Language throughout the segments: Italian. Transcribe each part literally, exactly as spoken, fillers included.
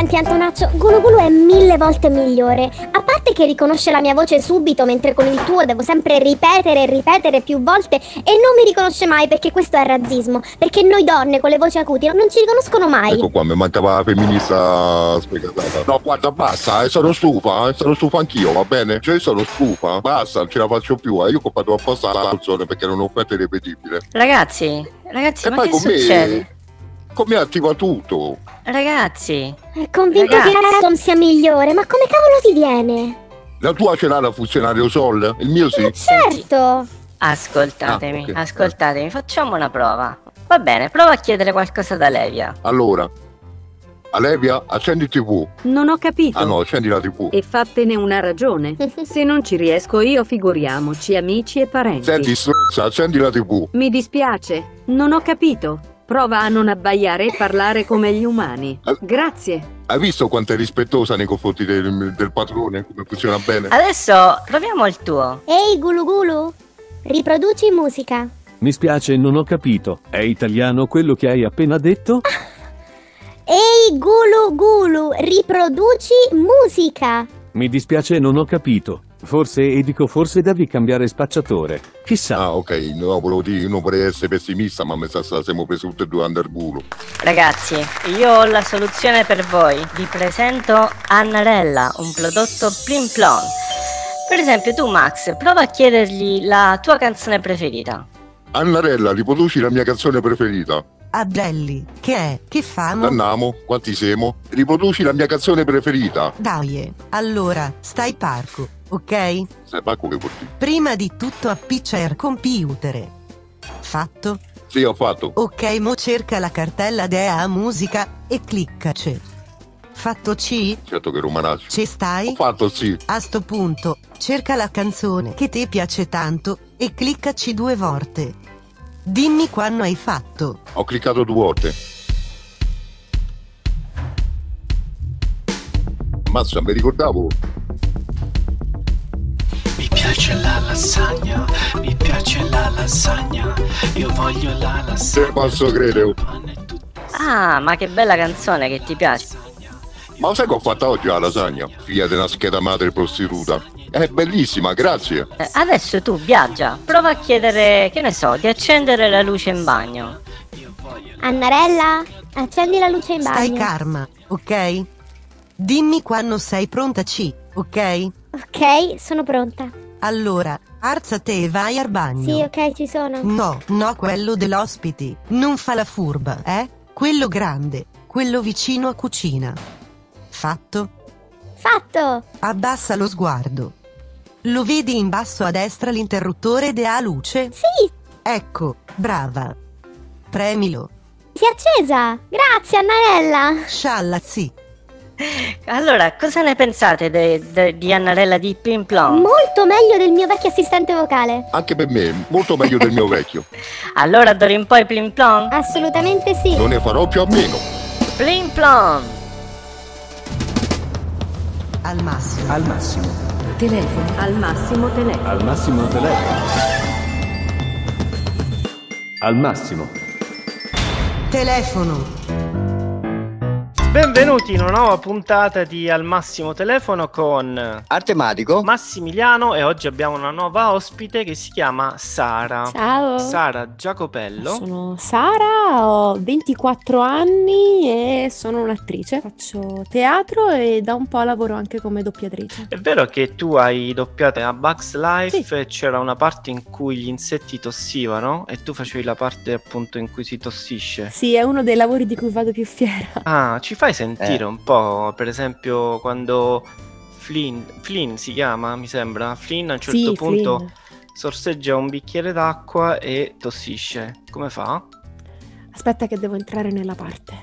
piantonaccio, Gulu Gulu è mille volte migliore. A parte che riconosce la mia voce subito, mentre con il tuo devo sempre ripetere e ripetere più volte e non mi riconosce mai, perché questo è razzismo. Perché noi donne con le voci acuti non ci riconoscono mai. Ecco qua, mi mancava la femminista spiegata. No, guarda, basta, eh, sono stufa, eh, sono stufa anch'io, va bene? Cioè, sono stufa, basta, non ce la faccio più, eh. Io ho fatto apposta la canzone perché non ho offerta irripetibile. Ragazzi, ragazzi, E ma poi che con succede? me, con me attiva tutto. Ragazzi, È convinto Ragazzi. che Tom sia migliore, ma come cavolo ti viene? La tua ce l'ha la funzionario Sol? Il mio sì. Ma certo! ascoltatemi, Ah, ok. ascoltatemi, facciamo una prova. Va bene, prova a chiedere qualcosa da Levia. Allora, Alevia, accendi tivù. Non ho capito. Ah no, accendi la tivù. E fattene una ragione. Se non ci riesco io, figuriamoci amici e parenti. Senti, stronza, accendi la tivù. Mi dispiace, non ho capito. Prova a non abbaiare e parlare come gli umani. Grazie. Hai visto quanto è rispettosa nei confronti del, del padrone? Come funziona bene? Adesso proviamo il tuo. Ehi Gulu Gulu, riproduci musica. Mi spiace, non ho capito. È italiano quello che hai appena detto? Ehi Gulu Gulu, riproduci musica. Mi dispiace, non ho capito. Forse, e dico forse devi cambiare spacciatore. Chissà. Ah, ok, no, volevo dire, io non vorrei essere pessimista, ma mi sa che siamo presi tutti e due under culo. Ragazzi, io ho la soluzione per voi. Vi presento Annarella, un prodotto Plim Plon. Per esempio tu Max, prova a chiedergli la tua canzone preferita. Annarella, riproduci la mia canzone preferita. Adelli, che è? Che famo? Annamo, quanti siamo? Riproduci la mia canzone preferita. Dai, allora, stai parco, ok? Sai Pacco che vuol dire? Prima di tutto appiccia il computer. Fatto? Sì, ho fatto. Ok, mo cerca la cartella Dea musica e cliccaci. Fatto C? Certo che romanaccio. Ci stai? Ho fatto sì. A sto punto, cerca la canzone che ti piace tanto e cliccaci due volte. Dimmi quando hai fatto. Ho cliccato due volte. Mazza, mi ricordavo. Mi piace la lasagna, mi piace la lasagna, io voglio la lasagna. Se posso credere. Ah, ma che bella canzone che ti piace. Ma sai che ho fatto oggi la lasagna? Figlia di una scheda madre prostituta. È bellissima, grazie. Eh, Adesso tu viaggia, prova a chiedere, che ne so, di accendere la luce in bagno. Annarella, accendi la luce in Stai bagno. calma, ok? Dimmi quando sei pronta C, ok? Ok, sono pronta. Allora, alzate e vai al bagno. Sì, ok, ci sono. No, no, quello dell'ospiti. Non fa la furba, eh? Quello grande, quello vicino a cucina. Fatto? Fatto! Abbassa lo sguardo. Lo vedi in basso a destra l'interruttore della luce? Sì, Ecco, brava. Premilo. si è accesa. Grazie, Annarella. Sciallazzi. Allora, cosa ne pensate de- de- di Annarella di Plim Plom? Molto meglio del mio vecchio assistente vocale. Anche per me, molto meglio del mio vecchio. Allora d'ora in poi Plim Plom? Assolutamente sì. Non ne farò più a meno. Plim Plom! Al massimo. Al massimo. Telefono. Al massimo telefono. Al massimo telefono. Al massimo. Telefono. Benvenuti in una nuova puntata di Al Massimo Telefono con Artematico. Massimiliano e oggi abbiamo una nuova ospite che si chiama Sara. Ciao, Sara Giacopello. sono Sara, ho ventiquattro anni e sono un'attrice. Faccio teatro e da un po' lavoro anche come doppiatrice. È vero che tu hai doppiato a Bugs Life Sì. e c'era una parte in cui gli insetti tossivano e tu facevi la parte appunto in cui si tossisce. Sì, è uno dei lavori di cui vado più fiera. Ah, ci fai sentire Eh. un po', per esempio, quando Flynn, Flynn si chiama, mi sembra, Flynn a un certo Sì, punto Flynn. sorseggia un bicchiere d'acqua e tossisce. Come fa? Aspetta che devo entrare nella parte.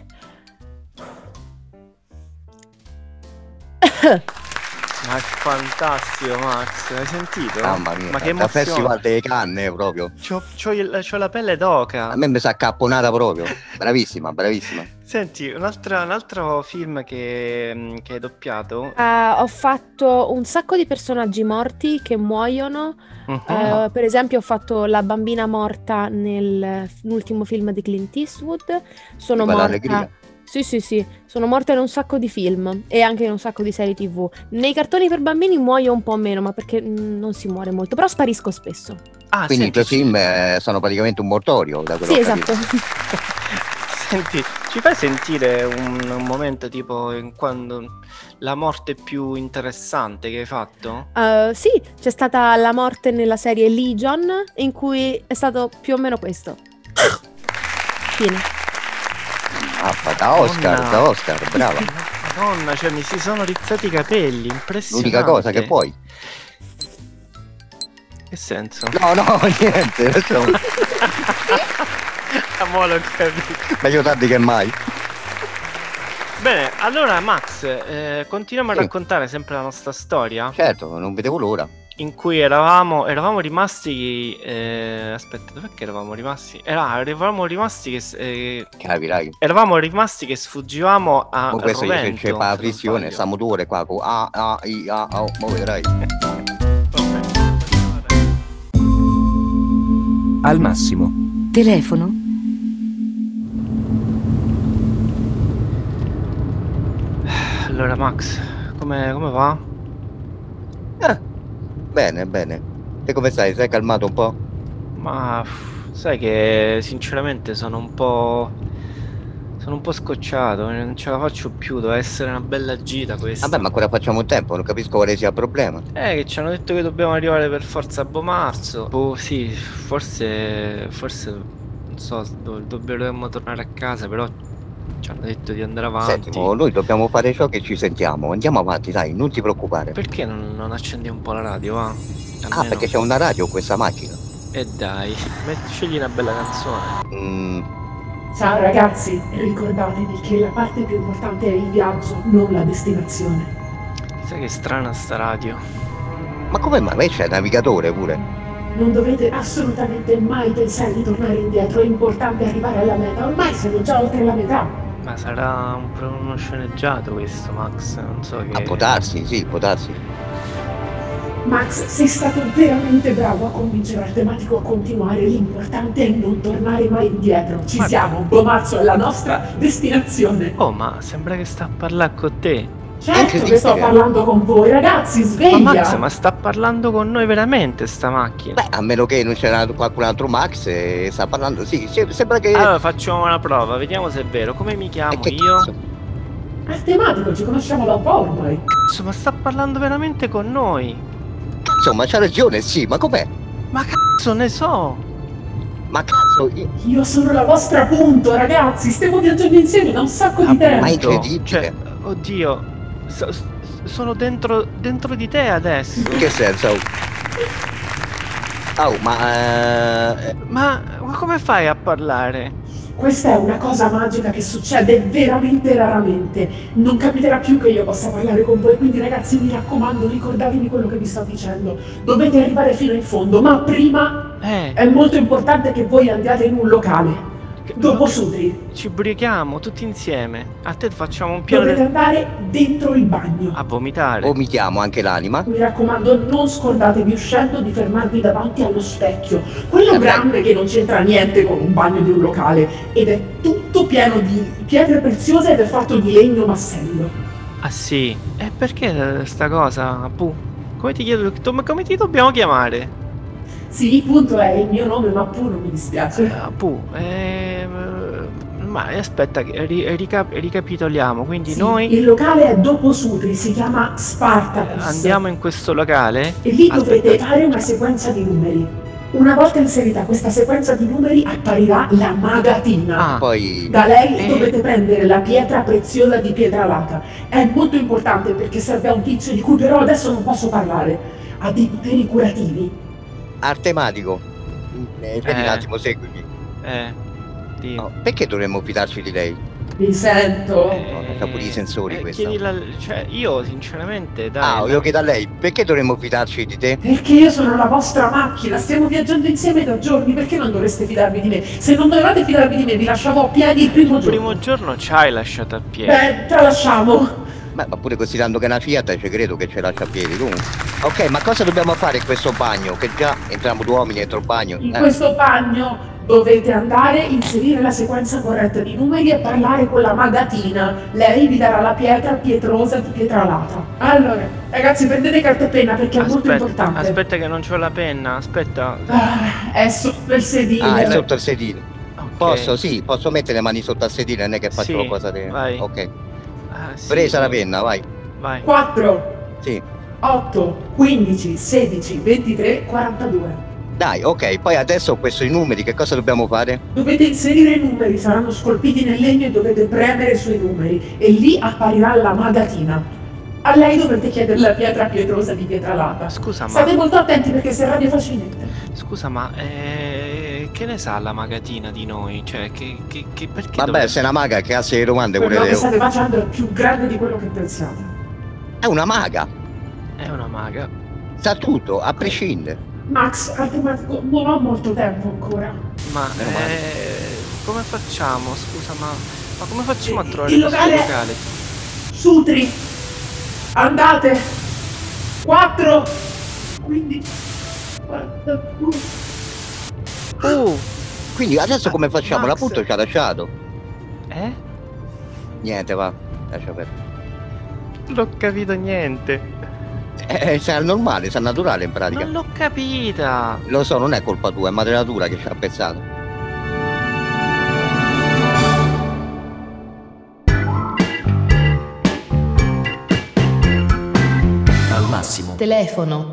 Ma è fantastico, Max, hai sentito? Mamma mia, Ma che da festival emozione! delle canne proprio. C'ho, c'ho il- c'ho la pelle d'oca. A me mi sa accapponata proprio. Bravissima, bravissima. Senti, un'altra- un altro film che, mm, che hai doppiato. Ah, ho fatto un sacco di personaggi morti che muoiono. Mhm. Eh, per esempio, ho fatto la bambina morta nell'ultimo film di Clint Eastwood. Sono Viva morta. l'allegria. Sì, sì, sì, sono morta in un sacco di film e anche in un sacco di serie tivù. Nei cartoni per bambini muoio un po' meno, ma perché mm, non si muore molto, però sparisco spesso. Ah, Quindi senti, i tuoi film eh, sono praticamente un mortorio, da quello Sì, che ho capito. esatto. Senti, ci fai sentire un, un momento tipo in quando la morte più interessante che hai fatto? Uh, sì, c'è stata la morte nella serie Legion, in cui è stato più o meno questo. Fine. Ah, da Oscar, Madonna. da Oscar, brava. Madonna, cioè mi si sono rizzati i capelli, impressionante. L'unica cosa che puoi. Che senso? No, no, niente. Adesso... Mo l'ho capito. Meglio tardi che mai. Bene, allora Max, eh, continuiamo Sì. a raccontare sempre la nostra storia. Certo, non vedevo l'ora. In cui eravamo, eravamo rimasti. Eh, aspetta, dov'è che eravamo rimasti? Era, eravamo rimasti che. Eh, Capirai. eravamo rimasti che sfuggivamo a Ma questo Rovento, c'è c'è la se non frizione, sbaglio. stiamo due ore qua con A, A, I, A, A, mo vedrai. Al massimo. Telefono? Allora Max, come, come va? Ah, bene, bene. E come stai? Sei calmato un po'? Ma uff, sai che sinceramente sono un po'. Sono un po' scocciato, non ce la faccio più, deve essere una bella gita questa. Vabbè, ma ancora facciamo in tempo, non capisco quale sia il problema. Eh, che ci hanno detto che dobbiamo arrivare per forza a Bomarzo. Oh, sì, forse. Forse. Non so, do- dovremmo tornare a casa, però ci hanno detto di andare avanti. Senti, mo, noi dobbiamo fare ciò che ci sentiamo. Andiamo avanti, dai, non ti preoccupare. Perché non, non accendi un po' la radio, va? Ah, Almeno- perché c'è una radio questa macchina. E dai, metti- scegli una bella canzone. Mm, Ciao ragazzi, ricordatevi che la parte più importante è il viaggio, non la destinazione. Sai che strana sta radio? ma come mai? C'è il navigatore pure. Non dovete assolutamente mai pensare di tornare indietro, è importante arrivare alla meta, ormai siamo già oltre la metà. Ma sarà un, pro- uno sceneggiato questo, Max? Non so che. Ah, può darsi, sì, può darsi. Max, sei stato veramente bravo a convincere Artematico a continuare, l'importante è non tornare mai indietro. Ci Ma- siamo, Bomarzo è la nostra destinazione. Oh, ma sembra che sta a parlare con te. Certo che sto parlando con voi, ragazzi, sveglia! Ma Max, ma sta parlando con noi veramente sta macchina? Beh, a meno che non c'era qualcun altro Max e sta parlando. Sì, sì, sembra che. Allora facciamo una prova, vediamo se è vero. Come mi chiamo che io? cazzo? Artematico, ci conosciamo da un po' ormai. Cazzo, ma sta parlando veramente con noi. Insomma, c'ha ragione, sì, ma com'è? Ma cazzo ne so. Ma cazzo, io... Io sono la vostra punto, ragazzi, stiamo viaggiando insieme da un sacco di tempo. Ma è incredibile. Cioè, oddio, so- sono dentro, dentro di te adesso. In che senso? Oh, ma... eh, Ma, ma come fai a parlare? Questa è una cosa magica che succede veramente raramente. Non capiterà più che io possa parlare con voi, quindi ragazzi mi raccomando, ricordatevi quello che vi sto dicendo. Dovete arrivare fino in fondo, ma prima Eh, è molto importante che voi andiate in un locale. Dopo Sutri. ci ubriachiamo tutti insieme. A te facciamo un piano Dovete del... andare dentro il bagno. a vomitare. vomitiamo anche l'anima. Mi raccomando, non scordatevi uscendo di fermarvi davanti allo specchio. Quello grande che non c'entra niente con un bagno di un locale. Ed è tutto pieno di pietre preziose ed è fatto di legno massello. Ah sì? E perché eh, sta cosa? Pu? Come ti chiedo? come- Come ti dobbiamo chiamare? Sì, punto è il mio nome, ma pure non mi dispiace. Ah, Pu, ehm, ma aspetta, che ri- rica- ricapitoliamo. Quindi Sì, noi il locale è dopo Sutri, si chiama Spartacus. andiamo in questo locale. E lì dovete Aspetta. fare una sequenza di numeri. Una volta inserita questa sequenza di numeri apparirà la magatina. Ah, Poi... Da lei Eh. dovete prendere la pietra preziosa di Pietralata. È molto importante perché serve a un tizio di cui però adesso non posso parlare. Ha dei poteri curativi. Artematico. Eh, vieni Eh. un attimo, seguimi. eh, di- No, perché dovremmo fidarci di lei? Mi sento. eh, c'ha pure i sensori eh, questa. chiedila- cioè, io sinceramente, dai. Ah, io chiedo a lei, perché dovremmo fidarci di te? Perché io sono la vostra macchina, stiamo viaggiando insieme da giorni, perché non dovreste fidarvi di me? Se non dovevate fidarvi di me, vi lasciavo a piedi il primo Il giorno. primo giorno ci hai lasciato a piedi. Beh, te la lasciamo. Beh, ma pure considerando che è una Fiat, ci credo che ce lascia a piedi comunque. Ok, ma cosa dobbiamo fare in questo bagno? Che già entriamo due uomini dentro il bagno. In Eh, questo bagno Dovete andare, inserire la sequenza corretta di numeri e parlare con la magatina. Lei vi darà la pietra pietrosa di Pietralata. Allora, ragazzi, prendete carta e penna perché è molto Aspetta, importante. aspetta che non c'ho la penna, aspetta. Ah, è sotto il sedile. Ah, è sotto il sedile. Ok. Posso? Sì, posso mettere le mani sotto al sedile, non è che faccio Sì, qualcosa di... vai. Ok. Ah, sì, Presa la vai. penna, vai. Vai. quattro, Sì. otto, quindici, sedici, ventitré, quarantadue. Dai, ok, poi adesso ho questo i numeri, che cosa dobbiamo fare? Dovete inserire i numeri, saranno scolpiti nel legno e dovete premere sui numeri e lì apparirà la magatina. A lei dovete chiedere la pietra pietrosa di Pietralata. Scusa, ma... State molto attenti perché se radio facilmente. Scusa, ma eh, che ne sa la magatina di noi? Cioè, che, che, che perché Vabbè, dovrebbe- se è una maga, che cazzo di domande Quello volete? che state facendo è più grande di quello che pensate. È una maga, È una maga. sa tutto, a prescindere. Max, altrimenti non ho molto tempo ancora. Ma Meno male. eh, come facciamo? Scusa, ma, ma come facciamo a Il- trovare il questo locale- locale? Sutri, andate. quattro, quindici, quarantadue. Oh, Quindi adesso come facciamo? Max. L'appunto ci ha lasciato. eh? Niente, va, lascia perdere. Non ho capito niente. Eh, sa al normale, sa naturale in pratica. Non l'ho capita. Lo so, non è colpa tua, è madre natura che ci ha pensato. Al massimo. Telefono.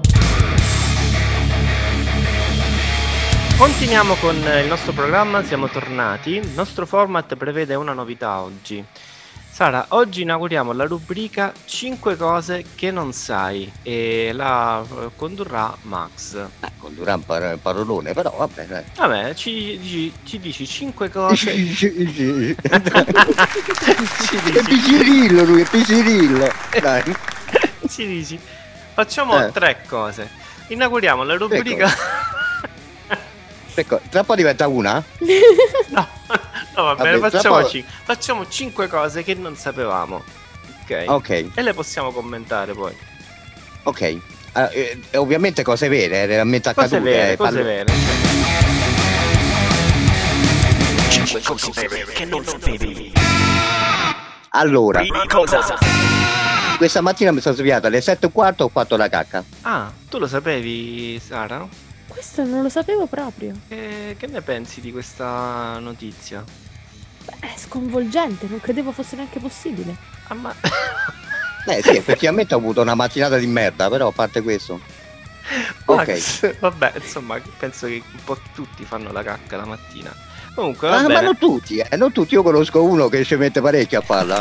Continuiamo con il nostro programma, siamo tornati. Il nostro format prevede una novità oggi. Sara, oggi inauguriamo la rubrica cinque cose che non sai e la eh, condurrà Max. Eh, condurrà un par- parolone, però vabbè, dai. Vabbè, ci, ci, ci dici cinque cose. Ci ci È dici, Picirillo lui, è Picirillo. Dai. ci dici. Facciamo Eh. tre cose. Inauguriamo la rubrica. Ecco, tra un po' diventa una? No, no, va bene, Vabbè, tra facciamo, po- cin- facciamo cinque cose che non sapevamo. Ok. Ok, E le possiamo commentare poi. ok. Eh, eh, ovviamente cose vere, eh, realmente accadute. Cose vere, eh, cose parlo- vere. cinque cose vere che non sapevi. Allora, Prima cosa. questa mattina mi sono svegliato alle sette e un quarto, ho fatto la cacca. Ah, tu lo sapevi, Sara? Questo non lo sapevo proprio. E che ne pensi di questa notizia? Beh, è sconvolgente, non credevo fosse neanche possibile. Ah, ma... Eh sì, effettivamente ho avuto una mattinata di merda, però a parte questo. Ok. Max, vabbè, insomma, penso che un po' tutti fanno la cacca la mattina. Comunque, va Ah, ma bene. non tutti, eh, non tutti, io conosco uno che ci mette parecchio a farla.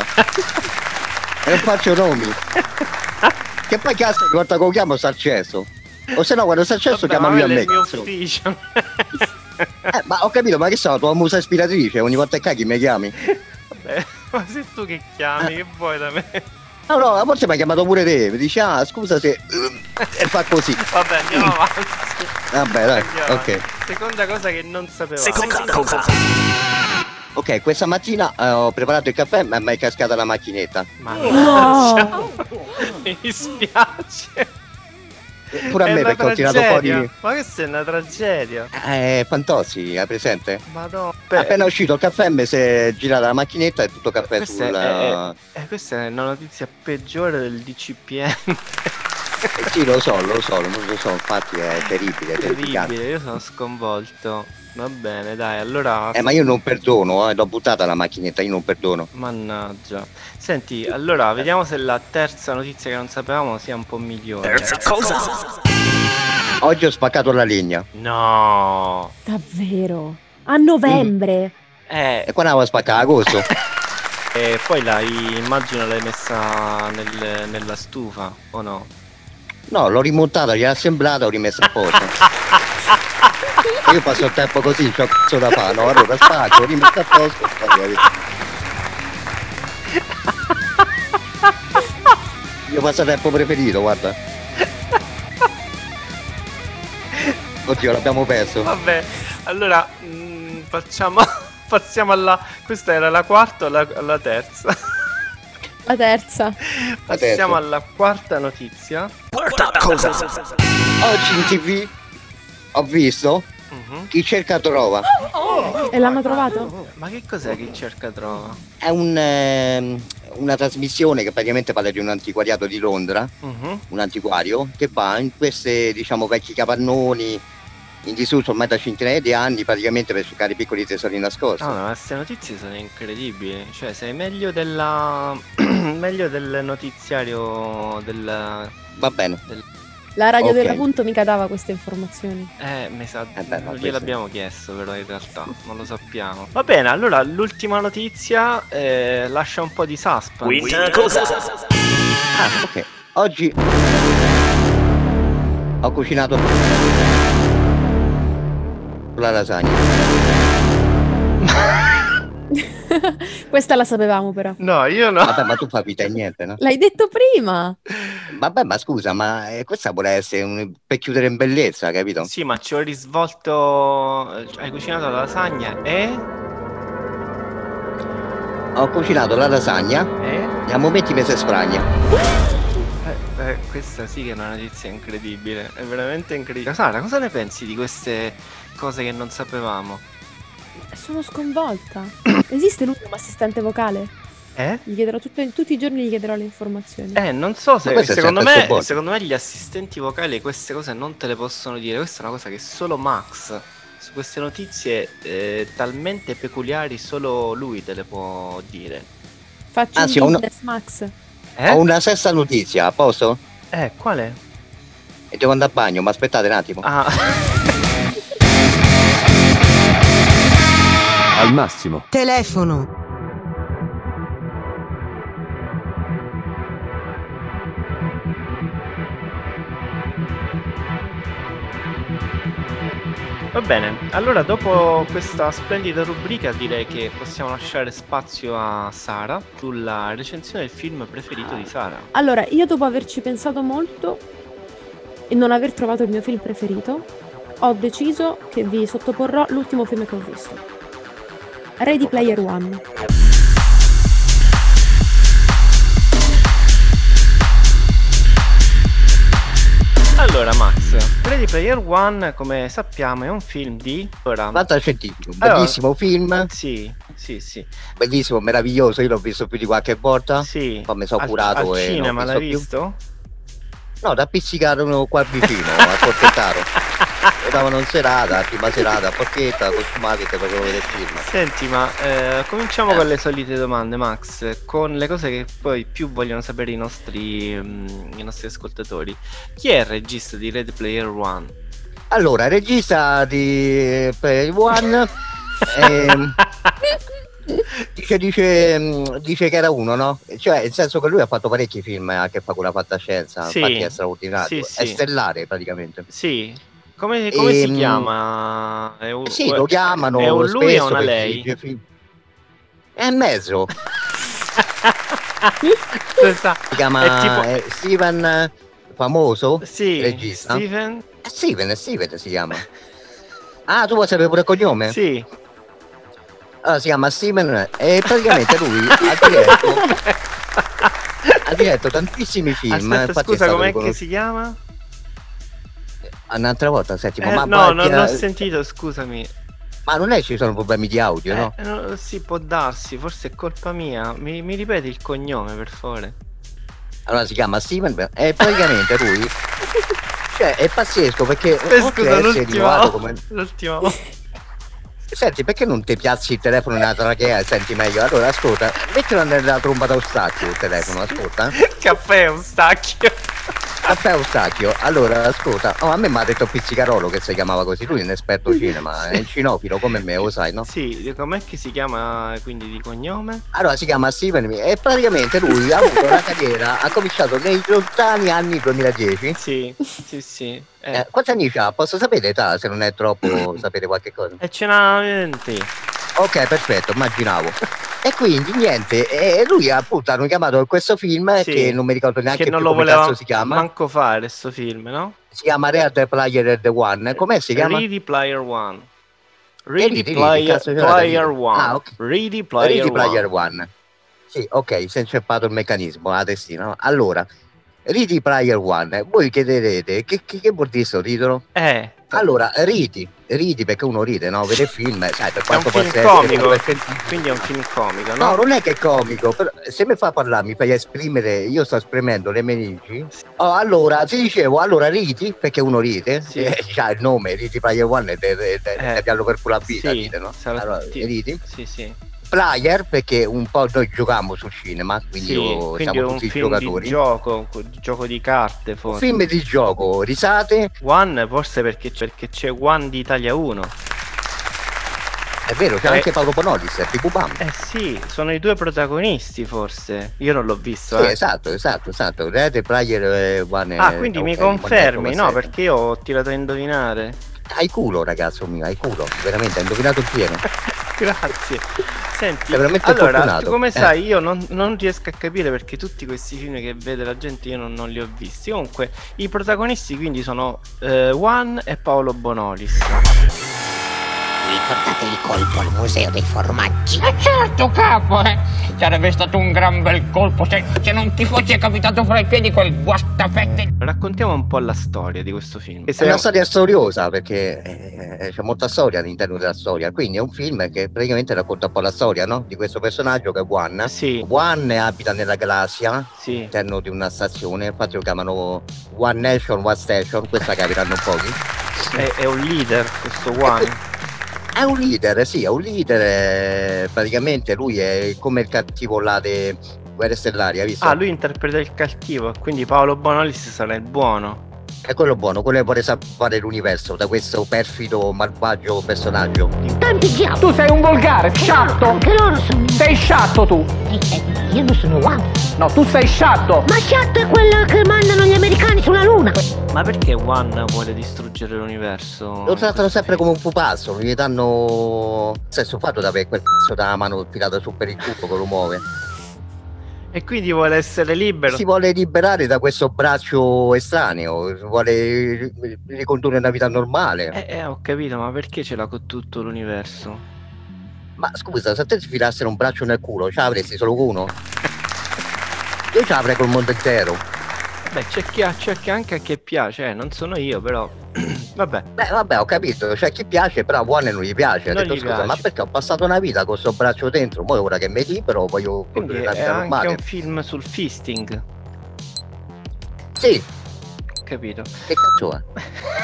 E non faccio nomi. Che poi cazzo, guarda come chiamo sta accesso. O se no, quando sta accesso Vabbè, chiama ma lui a quello è me. il mio cazzo. ufficio. Eh, ma ho capito, ma che so, tua musa ispiratrice, ogni volta che caghi mi chiami. Vabbè, ma sei tu che chiami, che vuoi da me? No, no, a volte mi ha chiamato pure te, mi dice, ah, scusa se... E fa così. Vabbè, andiamo avanti. Vabbè, dai, Andiamo ok. avanti. Seconda cosa che non sapevamo. Seconda cosa. Ok, questa mattina eh, ho preparato il caffè, ma mi è cascata la macchinetta. Mannaggia. Mi dispiace. Pure a È me, una perché ho tirato tragedia. fuori... Ma questa è una tragedia. Eh, Fantozzi, hai presente? Madonna. Appena uscito il caffè mi si è girata la macchinetta e tutto il caffè Questa è, sul... è- è- questa è una notizia peggiore del D C P M. Eh, sì, lo so, lo so, lo so, infatti è terribile, è terrificante. Terribile, io sono sconvolto. Va bene, dai, allora. Eh, ma io non perdono, eh, l'ho buttata la macchinetta, io non perdono. Mannaggia. Senti, allora, vediamo se la terza notizia che non sapevamo sia un po' migliore. Terza cosa. Oggi ho spaccato la legna. No. Davvero? A novembre? Eh, E quando avevo spaccato? Agosto? e poi l'hai, immagino l'hai messa nel- nella stufa, o no? No, l'ho rimontata, gliel'ho assemblata, ho rimessa a posto. Io passo il tempo così, c'ho cazzo da fare, no? Allora spacco, ho rimesso a posto. Il mio passatempo preferito, guarda. Oddio, l'abbiamo perso. Vabbè, allora mm, facciamo. Passiamo alla. Questa era la quarta o la, la terza? La terza. Passiamo alla quarta notizia. Quarta cosa. Oggi in tv ho visto Mhm. Chi cerca trova. E l'hanno trovato? Ma che cos'è Chi cerca trova? È un, ehm, una trasmissione che praticamente parla di un antiquariato di Londra, Mhm. un antiquario che va in queste, diciamo, vecchi capannoni in disuso ormai da centinaia di anni, praticamente per cercare piccoli tesori nascosti. No, no, queste notizie sono incredibili. Cioè, sei meglio della. meglio del notiziario del. Va bene. del- La radio Ok. della Punto mica dava queste informazioni. Eh, mi sa. Eh beh, ma non questo- gliel'abbiamo chiesto, però in realtà non lo sappiamo. Va bene, allora l'ultima notizia eh, lascia un po' di suspense. Quinta cosa? Ah, ok. Oggi ho cucinato la lasagna. Questa la sapevamo però. No, io no. Vabbè, ma tu fai vita e niente, no? L'hai detto prima. Vabbè, ma scusa, ma eh, questa vuole essere un... per chiudere in bellezza, capito? Sì, ma ci ho risvolto. Hai cucinato la lasagna e. Ho cucinato la lasagna e. e a momenti mi si sfragna. Eh, eh, questa sì che è una notizia incredibile, è veramente incredibile. Sara, cosa ne pensi di queste cose che non sapevamo? Sono sconvolta. Esiste lui come assistente vocale? Eh? Gli chiederò tutte- tutti i giorni gli chiederò le informazioni. Eh, non so Ma se questo è secondo sempre me, sto secondo me gli assistenti vocali queste cose non te le possono dire. Questa è una cosa che solo Max, su queste notizie eh, talmente peculiari, solo lui te le può dire. Faccio Anzi, un ho una- business, Max. Eh? Ho una sesta notizia, a posto? Eh, quale? E devo andare a bagno, ma aspettate un attimo. Ah, Al massimo. Telefono. va bene. Allora, dopo questa splendida rubrica, direi che possiamo lasciare spazio a Sara sulla recensione del film preferito di Sara. Allora, io dopo averci pensato molto e non aver trovato il mio film preferito, ho deciso che vi sottoporrò l'ultimo film che ho visto. Ready Player One. Allora, Max, Ready Player One, come sappiamo, è un film di. Ora, Fantascientifico, Allora- bellissimo film, sì, sì, sì. bellissimo, meraviglioso, io l'ho visto più di qualche volta. Sì. Poi mi sono Al- curato al e non cinema ho l'hai visto visto? più. No, da pizzicare uno qua vicino, a Porchettaro. Lo davano in serata, la prima serata, a Porchetta, costumati e te facevo vedere il film. Senti, ma eh, cominciamo Eh. con le solite domande, Max, con le cose che poi più vogliono sapere i nostri, mm, i nostri ascoltatori. Chi è il regista di Ready Player One? Allora, regista di Play One, ehm, dice, dice, mm, dice che era uno, no? Cioè, nel senso che lui ha fatto parecchi film a che fa con la fantascienza, Sì. infatti è straordinario, Sì, è sì. stellare praticamente. Sì. Come, come si Ehm, chiama? È un, Sì, lo chiamano È un lui spesso o una perché lei? dice film- È in mezzo, Scusa, si chiama è tipo- eh, Steven, eh, famoso, Sì, regista. Steven? Eh, Steven, Steven si chiama. Ah, tu vuoi sapere pure il cognome? Sì. Allora, si chiama Steven e praticamente lui ha diretto, ha diretto tantissimi film. Aspetta, infatti è scusa, stato com'è che riconosciuto- si chiama? Un'altra volta, settimo, Eh, ma, no, ma- non, non ho eh, sentito, scusami. ma non è che ci sono problemi di audio, Eh, no? no, sì, può darsi, forse è colpa mia. Mi, mi ripeti il cognome, per favore? Allora si chiama Steven e praticamente lui, cioè è pazzesco perché Eh, oltre scusa, a essere l'ultima innovato come... l'ultima Senti, perché non ti piazzi il telefono nella trachea e senti meglio? Allora ascolta, mettilo nella tromba da ostacchio il telefono, ascolta. Caffè è un stacchio. Caffè ostacchio, allora ascolta, oh, a me mi ha detto Pizzicarolo che si chiamava così, lui è un esperto cinema, è un cinofilo come me, lo sai, no? Sì, com'è che si chiama quindi di cognome? Allora si chiama Steven e praticamente lui ha avuto una carriera, ha cominciato nei lontani anni duemiladieci. Sì, sì, sì. Eh, Eh, quanti anni c'ha? Posso sapere l'età se non è troppo sapere qualche cosa? e ce n'ha venti. Ok, perfetto, immaginavo. E quindi niente, e lui appunto hanno chiamato per questo film Sì, che non mi ricordo neanche che non più lo come voleva cazzo si chiama. manco fare sto film, no? Si chiama Ready Player One. Com'è si chiama? Ready Player One. Ready, Ready Ready, Player, cazzo c'era da player dire? One. Ah, ok. Ready Player, Ready Player One. One. Sì, ok, si è inceppato il meccanismo, la testina. No? Allora, Ready Player One, voi chiederete che, che, che vuol dire sto titolo? Eh, Allora, ridi, ridi perché uno ride, no? Vede il film, sai, per È un quanto film possa comico, essere... quindi è un film comico, no? No, non è che è comico, però se mi fa parlare, mi fai esprimere, io sto esprimendo le meningi. Oh, allora, ti dicevo, allora ridi, perché uno ride, Sì. eh, c'ha il nome, ridi Player One, e te, te, te, Eh, te piallo per quella vita, sì, ride, no? sarà- Allora, ti- ridi. Sì, sì. Player, perché un po' noi giochiamo sul cinema, quindi, Sì, io- quindi siamo è un tutti film giocatori. di gioco, un gioco di carte Un forse. film di gioco, risate, One forse perché, perché c'è One di Italia uno. è vero, c'è Eh. anche Paolo Bonolis, è Pipu Bam. Eh sì, sono i due protagonisti forse. Io non l'ho visto. Sì, eh. esatto, esatto, esatto. Red Player eh, One. Ah, eh, quindi ok, mi One confermi, Dead, no? come Perché io ho tirato a indovinare. Hai culo, ragazzo mio, hai culo, veramente, hai indovinato il pieno. Grazie. Senti, Sei veramente allora, fortunato. tu come Eh. sai, io non, non riesco a capire perché tutti questi film che vede la gente io non, non li ho visti. Comunque, i protagonisti quindi sono eh, Juan e Paolo Bonolis. Ricordate il colpo al museo dei formaggi? Eh certo, capo, eh! Sarebbe stato un gran bel colpo se, se non ti fosse capitato fra i piedi quel guastapette. Raccontiamo un po' la storia di questo film. È una storia storiosa perché eh, c'è molta storia all'interno della storia, quindi è un film che praticamente racconta un po' la storia, no? Di questo personaggio che è Juan. Sì. Juan abita nella galassia, Sì. all'interno di una stazione, infatti lo chiamano One Nation, One Station, questa capiranno pochi. È, è un leader questo Juan. È un leader, sì, è un leader, eh, praticamente lui è come il cattivo là dei Guerre Stellari, hai visto? Ah, lui interpreta il cattivo, quindi Paolo Bonolis sarà il buono. È quello buono, quello che vuole salvare l'universo da questo perfido, malvagio personaggio. Tanti diavoli! Tu sei un volgare, sciatto! Anche loro sono... Sei sciatto tu! Eh, eh, io non sono One. No, tu sei sciatto! Ma Sciatto è quello che mandano gli americani sulla luna. Ma perché Juan vuole distruggere l'universo? Lo trattano sempre come un pupazzo, gli danno sesso fatto da per quel cazzo da mano tirata su per il culo che lo muove. E quindi vuole essere libero. Si vuole liberare da questo braccio estraneo, vuole ricondurre una vita normale. Eh, eh, ho capito, ma perché ce l'ha con tutto l'universo? Ma scusa, se te ti filassero un braccio nel culo, ce l'avresti solo uno? Io ce l'avrei col mondo intero. Beh, c'è chi, ha- c'è chi anche a chi piace, eh, non sono io, però. Vabbè. Beh, vabbè, ho capito, c'è chi piace, però a Juan non gli piace. Ha Non detto, gli scusa, piace. ma perché ho passato una vita con sto braccio dentro, poi ora che mi libero voglio Quindi condurre una è vita anche normale. un film sul fisting. Sì, Capito? che cazzo è?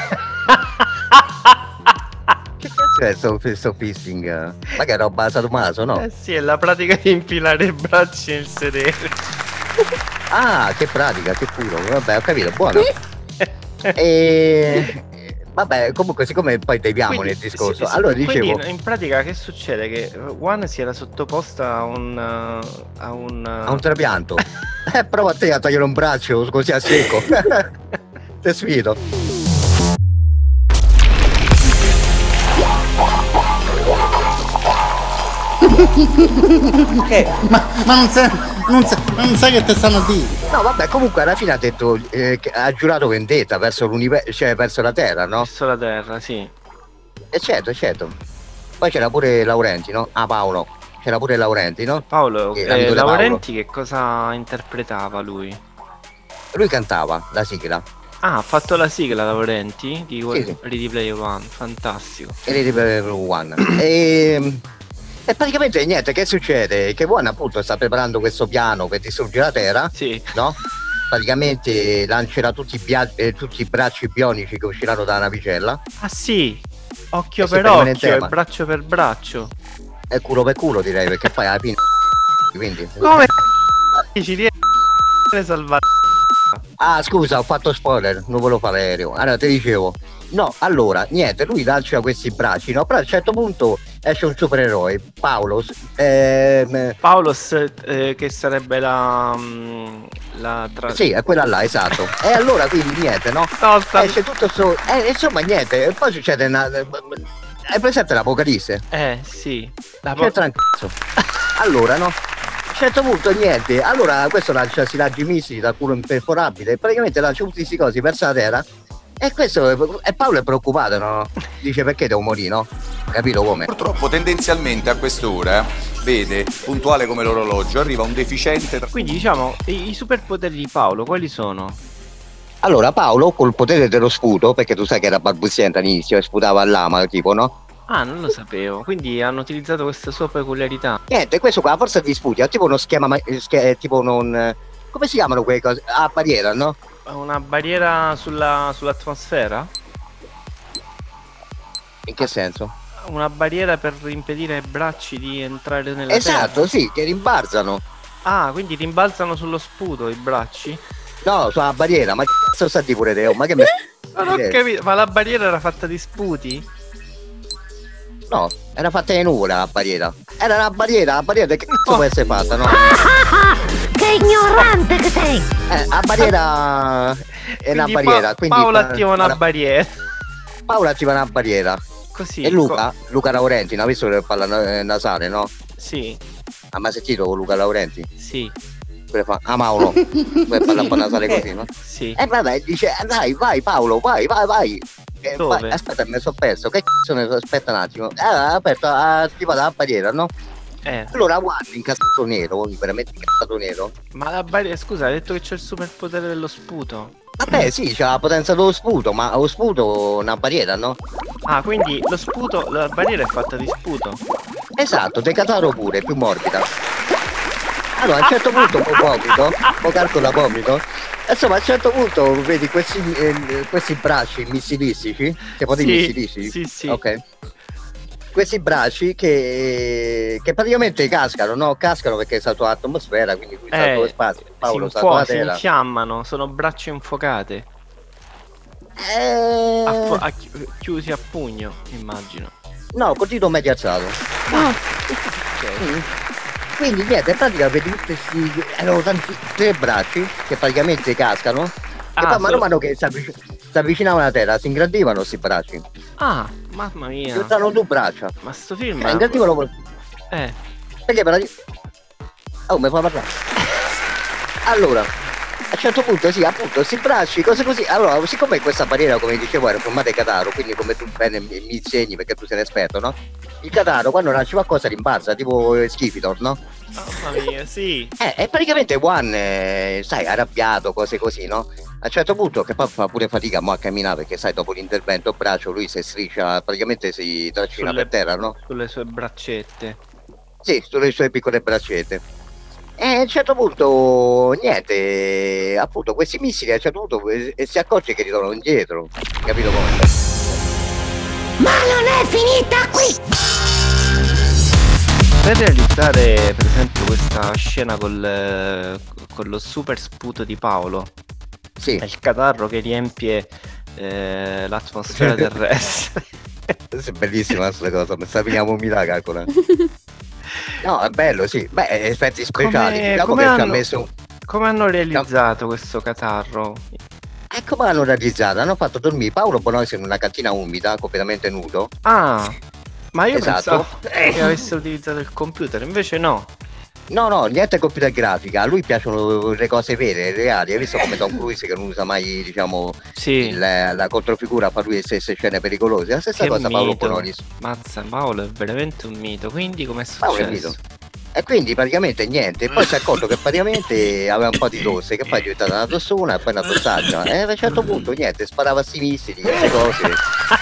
Che cazzo è sto, sto fisting? Ma che roba sadomaso, no? Eh sì, è la pratica di infilare i bracci nel sedere. Ah, che pratica, che culo. Vabbè, ho capito, buono. E vabbè, comunque, siccome poi deviamo Quindi- nel discorso, sì, sì, allora quindi dicevo, in pratica che succede? Che Juan si era sottoposta a un uh, a un, uh, a un trapianto. Eh, prova a te a togliere un braccio così a secco. Te sfido. Che? Ma, ma non, sai, non, sai, non sai che te stanno a dire? No, vabbè, comunque alla fine ha detto eh, che ha giurato vendetta verso l'universo, cioè verso la Terra, no? verso la terra, sì. E certo, certo. Poi c'era pure Laurenti, no? Ah, Paolo. C'era pure Laurenti, no? Paolo, Eh, eh, l'amico di Paolo. Laurenti che cosa interpretava lui? Lui cantava la sigla. Ah, ha fatto la sigla Laurenti di Sì, sì. Ready Player One, fantastico. E Ready Player One. E, e praticamente niente, che succede? Che Juan appunto sta preparando questo piano per distruggere la Terra, sì. no? Praticamente lancerà tutti i, bia- eh, tutti i bracci bionici che usciranno dalla navicella. Ah sì, occhio Eh sì, per per rimanere in occhio e tema. braccio per braccio. E culo per culo direi, perché poi alla fine quindi Come ci riesce a salvare? ah scusa, ho fatto spoiler, non volevo fare aereo. Allora ti dicevo, no, allora niente, lui lancia questi bracci, no? Però a un certo punto esce un supereroe, Paulos, ehm, Paulos, eh, che sarebbe la mm, la tra... sì, è quella là, esatto. E allora quindi niente, no? No, sta... Esce tutto sto, eh, insomma niente, e poi succede una, hai presente l'Apocalisse? Eh sì, la po- C'è tranquillo. Allora, no? A un certo punto niente, allora questo lancia si lancia i missili dal culo imperforabile, praticamente lancia tutti questi cosi verso la terra. E questo, e Paolo è preoccupato, no? Dice perché devo morire, no? Capito come? Purtroppo tendenzialmente a quest'ora, vede, puntuale come l'orologio, arriva un deficiente. Quindi diciamo, i, i superpoteri di Paolo quali sono? Allora Paolo col potere dello sputo, perché tu sai che era balbuziente all'inizio e sputava all'ama tipo, no? Ah, non lo sapevo. Quindi hanno utilizzato questa sua peculiarità. Niente, questo qua a forza di sputi, ha tipo uno schema, ma- sch- tipo non... come si chiamano quelle cose? Ah, barriera, no? Una barriera sulla, sull'atmosfera? In che senso? Una barriera per impedire ai bracci di entrare nella Esatto, terra? sì, che rimbalzano. Ah, quindi rimbalzano sullo sputo i bracci? No, sulla barriera, ma che cazzo sta di pure te? Oh, ma che me... Non ho capito, ma la barriera era fatta di sputi? No, era fatta di nuvola la barriera. Era una barriera, la barriera che cazzo può essere fatta, no? Che ignorante che sei! Eh, la barriera è una Quindi barriera, Pa- quindi... Paolo attiva una Ora- barriera. Paolo attiva una barriera. Così. E Luca, Luca Laurenti, non ha visto che parla eh, nasale, no? Sì. Ha mai sentito Luca Laurenti? Sì. Quello fa, ah Mauro, poi parla un po' nasale così, no? Sì. E vabbè, dice, eh, dai, vai Paolo, vai, vai, vai. Eh, Dove? vai, aspetta, mi sono perso, che cazzo ne so, aspetta un attimo. Eh, ha aperto, ha attivato la barriera, no? Eh. Allora guarda, incazzato nero, veramente incazzato nero. Ma la barriera, scusa, hai detto che c'è il superpotere dello sputo. Vabbè, sì, c'ha la potenza dello sputo, ma lo sputo è una barriera, no? Ah, quindi lo sputo, la barriera è fatta di sputo. Esatto, decataro pure, più morbida. Allora, a un certo punto un po' vomito, poi calcola vomito. Insomma, a un certo punto vedi questi, eh, questi bracci missilistici, che poi Sì, missilistici? sì, sì. Ok. Questi bracci che, che praticamente cascano, no? Cascano perché è salto l'atmosfera, quindi lui salto lo spazio. Paolo si, salta la info- si terra. infiammano, sono braccia infuocate. Eh... A fu- a chi- chiusi a pugno, immagino. No, col dito medio alzato. Mm. Quindi niente, in pratica vedi tutti questi, erano tanti, tre bracci che praticamente cascano e Ah, poi mano a solo- mano che si, avvic- si avvicinavano alla terra si ingrandivano questi bracci. Ah, mamma mia. Diventavano due braccia. Ma sto film Eh, ingrandivano. Eh. Perché per la... Oh, mi fa parlare. Allora, a un certo punto sì, appunto, questi bracci, cose così. Allora, siccome questa barriera, come dicevo, era formata di cataro, quindi come tu bene mi, mi insegni perché tu sei un esperto, no? Il cataro quando nasce qualcosa rimbalza, tipo eh, Schifitor, no? Mamma mia, sì. Eh, e praticamente Juan, eh, sai, arrabbiato, cose così, no? A un certo punto, che poi fa pure fatica mo a camminare, perché sai, dopo l'intervento braccio, lui si striscia, praticamente si trascina Sulle- per terra, no? Sulle sue braccette. Sì, sulle sue piccole braccette. E a un certo punto, niente, appunto, questi missili a un certo punto eh, si accorge che ritornano indietro, capito come? Ma non è finita qui! Per realizzare per esempio questa scena col, eh, con lo super sputo di Paolo, sì. il catarro che riempie eh, l'atmosfera terrestre. È bellissima questa cosa, mi sta veniamo un miracolo. No, è bello, sì. Beh, effetti speciali. Come, diciamo come che ci ha hanno, messo. come hanno realizzato questo catarro? E come l'hanno realizzato? Hanno fatto dormire Paolo Bonolis in una cantina umida, completamente nudo. Ah, ma io Esatto. pensavo che avesse utilizzato il computer, invece no. No, no, niente computer grafica, a lui piacciono le cose vere, reali. Hai visto come Tom Cruise che non usa mai, diciamo, il- la controfigura, fa lui le stesse scene pericolose. La stessa Che cosa Paolo mito. Bonolis. Mazza, Paolo è veramente un mito. Quindi com'è Paolo è successo? mito. E quindi praticamente niente, poi si è accorto che praticamente aveva un po' di tosse, che poi è diventata una tossona e poi una tossaccia. E a un certo punto niente, sparava sti missili, queste cose.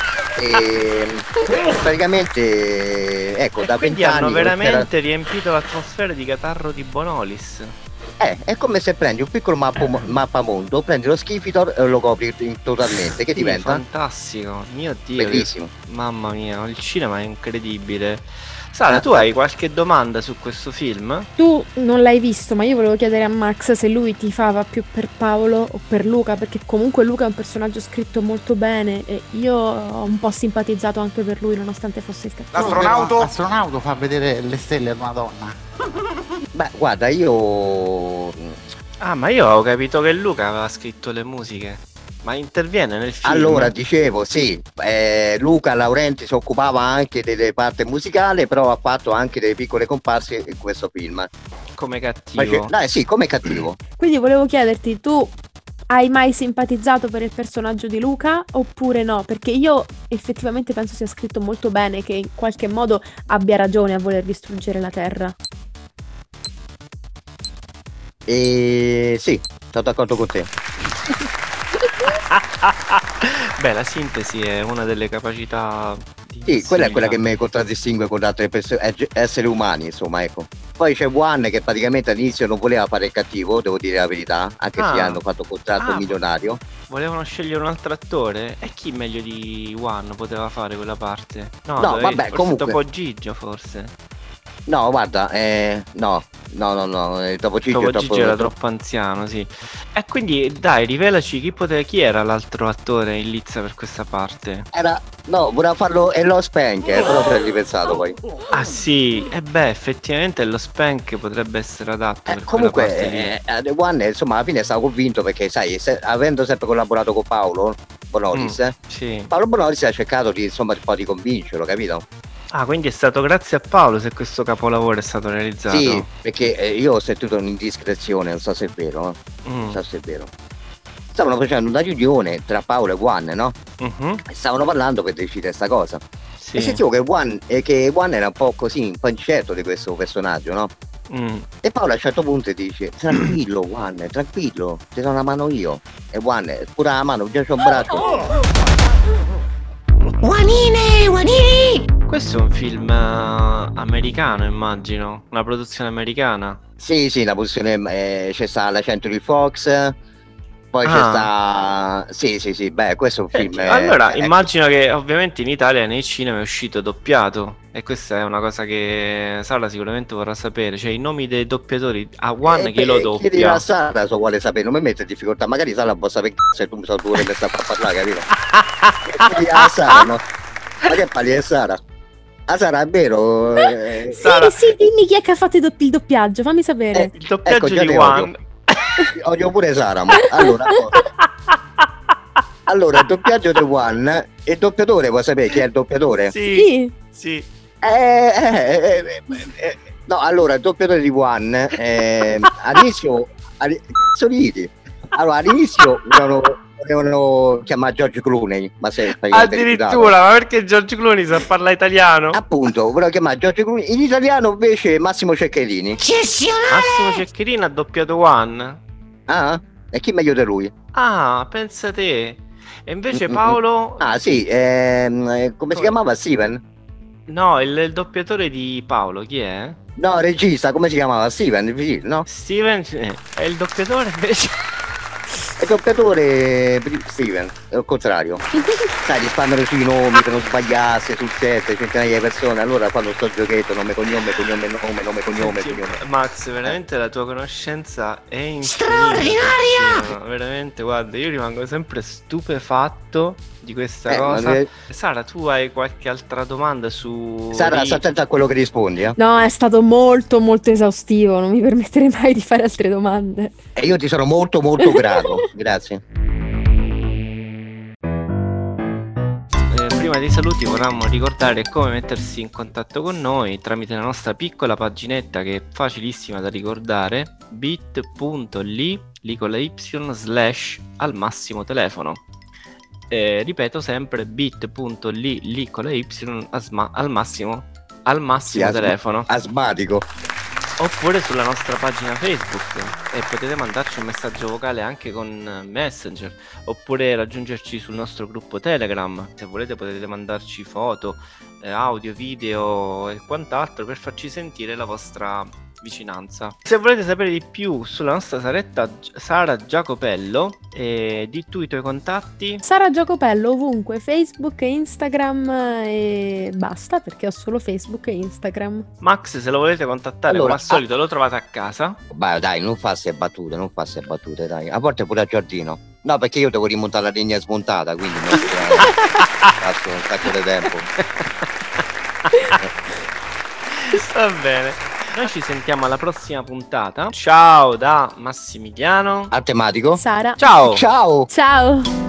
E praticamente ecco, da Quindi vent'anni hanno non c'era- veramente riempito l'atmosfera di catarro di Bonolis. Eh, è come se prendi un piccolo mappo- mappamondo, prendi lo Schifitor e lo copri in- totalmente, che Sì, diventa? fantastico, mio Dio. Bellissimo. Mamma mia, il cinema è incredibile. Sara, tu hai qualche domanda su questo film? Tu non l'hai visto, ma io volevo chiedere a Max se lui tifava più per Paolo o per Luca, perché comunque Luca è un personaggio scritto molto bene e io ho un po' simpatizzato anche per lui nonostante fosse il cattivo. L'astronauto? L'astronauto fa vedere le stelle ad una donna. Beh, guarda, io... Ah, ma io ho capito che Luca aveva scritto le musiche. Ma interviene nel film? Allora, dicevo, sì, eh, Luca Laurenti si occupava anche delle parti musicali, però ha fatto anche delle piccole comparse in questo film. Come Ma cattivo. c'è- Dai, sì, come cattivo. Quindi volevo chiederti, tu hai mai simpatizzato per il personaggio di Luca oppure no? Perché io effettivamente penso sia scritto molto bene, che in qualche modo abbia ragione a voler distruggere la Terra. E sì, sono d'accordo con te. Beh, la sintesi è una delle capacità di Sì, quella è quella Silvia. che mi contraddistingue con altre perso- eg- esseri umani, insomma, ecco. Poi c'è One che praticamente all'inizio non voleva fare il cattivo, devo dire la verità, anche Ah. se hanno fatto un contratto Ah, milionario. Volevano scegliere un altro attore? E chi meglio di One poteva fare quella parte? No, No, dai, vabbè, forse comunque- dopo Gigio, forse. No, guarda, eh, no, no, no, no, eh, dopo Ciccio Dopo è troppo... Gigio era troppo anziano, sì. E quindi, dai, rivelaci chi, poteva, chi era l'altro attore in lizza per questa parte. Era, no, voleva farlo e lo Spanker, però si è ripensato poi. Ah sì, e beh, effettivamente lo Spank potrebbe essere adatto per Comunque, quella parte lì. eh, eh, The One, insomma, alla fine stavo convinto perché, sai, se- avendo sempre collaborato con Paolo Bonolis, Mm, eh, sì. Paolo Bonolis ha cercato di, insomma, un po' di convincerlo, capito? Ah, quindi è stato grazie a Paolo se questo capolavoro è stato realizzato. Sì, perché eh, io ho sentito un'indiscrezione, non so se è vero, eh. Mm. non so se è vero. Stavano facendo una riunione tra Paolo e One, no? Mhm. E stavano parlando per decidere sta cosa. Sì. E sentivo che One, eh, che One era un po' così, un po' incerto di questo personaggio, no? Mm. E Paolo a un certo punto dice: tranquillo One, tranquillo, ti do una mano io. E One, pure la mano, già c'ho un braccio. Juanine, Juanini! Questo è un film eh, americano, immagino. Una produzione americana. Sì, sì, la posizione, eh, c'è sta la Century Fox, poi c'è Ah. sta... Sì, sì, sì, beh, questo è un film... eh, Allora, eh, immagino che ovviamente in Italia nei cinema è uscito doppiato. E questa è una cosa che Sara sicuramente vorrà sapere. Cioè, i nomi dei doppiatori a One eh, chi lo beh, chiedi a doppia. Sara se vuole sapere, non mi mette in difficoltà, magari Sara può sapere se tu mi so due ore mi sta a parlare, capito? Chiedi a Sara, no? Ma che parli di Sara? Ah, Sara, è vero? Eh, Sì, sì, dimmi chi è che ha fatto il, dopp- il doppiaggio, fammi sapere. Il doppiaggio ecco, già di te One. odio. Odio pure Sara, ma allora... Allora, il doppiaggio di One, il doppiatore, vuoi sapere chi è il doppiatore? Sì, sì. Eh, eh, eh, eh, eh, no, allora, il doppiatore di One, eh, all'inizio... all- Cazzo ridi? Allora, all'inizio volevano, volevano chiamare George Clooney, ma se Addirittura, ma perché George Clooney sa parlare italiano? Appunto, volevano chiamare George Clooney, in italiano invece Massimo Ceccherini. Massimo Ceccherini ha doppiato One. Ah, e chi meglio di lui? Ah, pensa te. E invece Mm, mm, Paolo... Ah, sì, ehm, eh, come si chiamava Steven? No, il, il doppiatore di Paolo, chi è? No, regista, come si chiamava? Steven, sì, no? Steven, eh, e il doppiatore invece... Il doppiatore Steven, è il contrario. Sai, risparmiano sui nomi per non sbagliarsi sul set, centinaia di persone. Allora fanno sto giochetto, nome, cognome, cognome, nome, nome, cognome, Senti, cognome. Max, veramente la tua conoscenza è infinita. Straordinaria! Veramente, guarda, io rimango sempre stupefatto di questa Eh, cosa. ma ne- Sara, tu hai qualche altra domanda su... Sara, Ri- sta attenta a quello che rispondi, eh. No, è stato molto molto esaustivo, non mi permetterei mai di fare altre domande. E io ti sono molto, molto grato. Grazie. Eh, prima dei saluti vorremmo ricordare come mettersi in contatto con noi tramite la nostra piccola paginetta che è facilissima da ricordare, bit.ly, lì con la y, slash al massimo telefono. Eh, ripeto sempre bit.ly, lì con la y, asma- al massimo, al massimo Sì, asma- telefono. Asmatico. Oppure sulla nostra pagina Facebook e potete mandarci un messaggio vocale anche con Messenger, oppure raggiungerci sul nostro gruppo Telegram. Se volete potete mandarci foto, eh, audio, video e quant'altro per farci sentire la vostra vicinanza. Se volete sapere di più sulla nostra Saretta Sara Giacopello, eh, di tu i tuoi contatti. Sara Giacopello ovunque, Facebook e Instagram e basta, perché ho solo Facebook e Instagram. Max, se lo volete contattare Allora, come al solito lo trovate a casa. Beh, dai, non fa ste battute, non fa ste battute, dai. A volte pure a giardino. No, perché io devo rimontare la linea smontata, quindi non passo un sacco di tempo. Va bene. Noi ci sentiamo alla prossima puntata. Ciao da Massimiliano. A tematico. Sara. Ciao. Ciao. Ciao.